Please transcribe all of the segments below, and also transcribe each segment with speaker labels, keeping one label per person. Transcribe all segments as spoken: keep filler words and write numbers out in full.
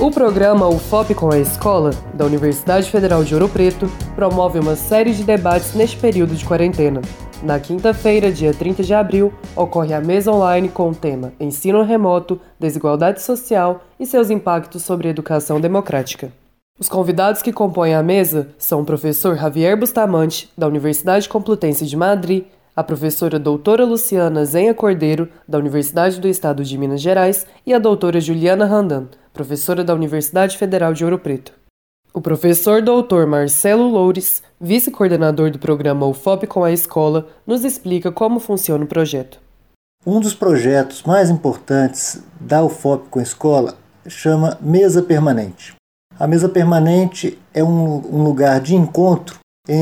Speaker 1: O programa U F O P com a Escola, da Universidade Federal de Ouro Preto, promove uma série de debates neste período de quarentena. Na quinta-feira, dia trinta de abril, ocorre a mesa online com o tema Ensino Remoto, Desigualdade Social e seus impactos sobre a educação democrática. Os convidados que compõem a mesa são o professor Javier Bustamante, da Universidade Complutense de Madrid, a professora doutora Luciana Zenha Cordeiro, da Universidade do Estado de Minas Gerais, e a doutora Juliana Randan, professora da Universidade Federal de Ouro Preto. O professor doutor Marcelo Loures, vice-coordenador do programa U F O P com a Escola, nos explica como funciona o projeto.
Speaker 2: Um dos projetos mais importantes da U F O P com a Escola chama Mesa Permanente. A Mesa Permanente é um, um lugar de encontro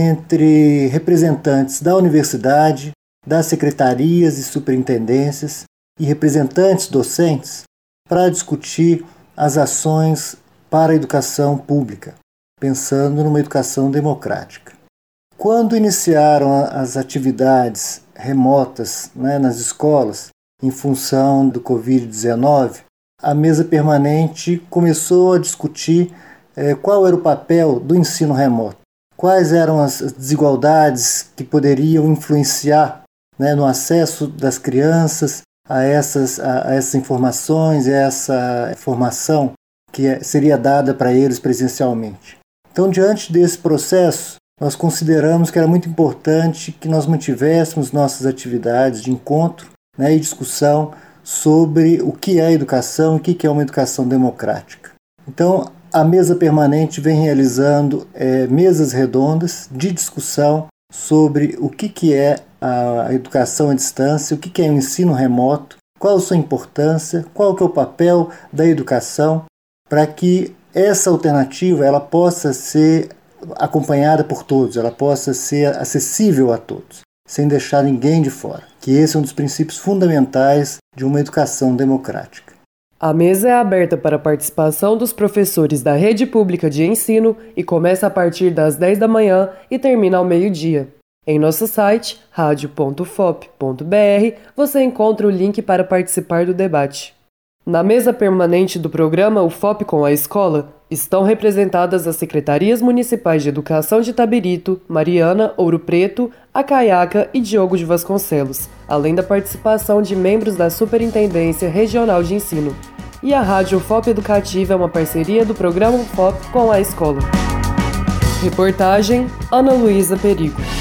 Speaker 2: entre representantes da universidade, das secretarias e superintendências e representantes docentes para discutir as ações para a educação pública, pensando numa educação democrática. Quando iniciaram as atividades remotas, né, nas escolas, em função do covid dezenove, a mesa permanente começou a discutir eh, qual era o papel do ensino remoto, quais eram as desigualdades que poderiam influenciar, né, no acesso das crianças a essas, a, a essas informações, a essa formação que seria dada para eles presencialmente. Então, diante desse processo, nós consideramos que era muito importante que nós mantivéssemos nossas atividades de encontro, né, e discussão sobre o que é educação e o que é uma educação democrática. Então, a mesa permanente vem realizando é, mesas redondas de discussão sobre o que, que é a educação à distância, o que, que é o ensino remoto, qual a sua importância, qual que é o papel da educação, para que essa alternativa ela possa ser acompanhada por todos, ela possa ser acessível a todos, sem deixar ninguém de fora, que esse é um dos princípios fundamentais de uma educação democrática.
Speaker 1: A mesa é aberta para a participação dos professores da rede pública de ensino e começa a partir das dez da manhã e termina ao meio-dia. Em nosso site, radio ponto fop ponto br, você encontra o link para participar do debate. Na mesa permanente do programa U F O P com a Escola, estão representadas as Secretarias Municipais de Educação de Itabirito, Mariana, Ouro Preto, Acaiaca e Diogo de Vasconcelos, além da participação de membros da Superintendência Regional de Ensino. E a Rádio U F O P Educativa é uma parceria do programa U F O P com a Escola. Reportagem Ana Luísa Perigo.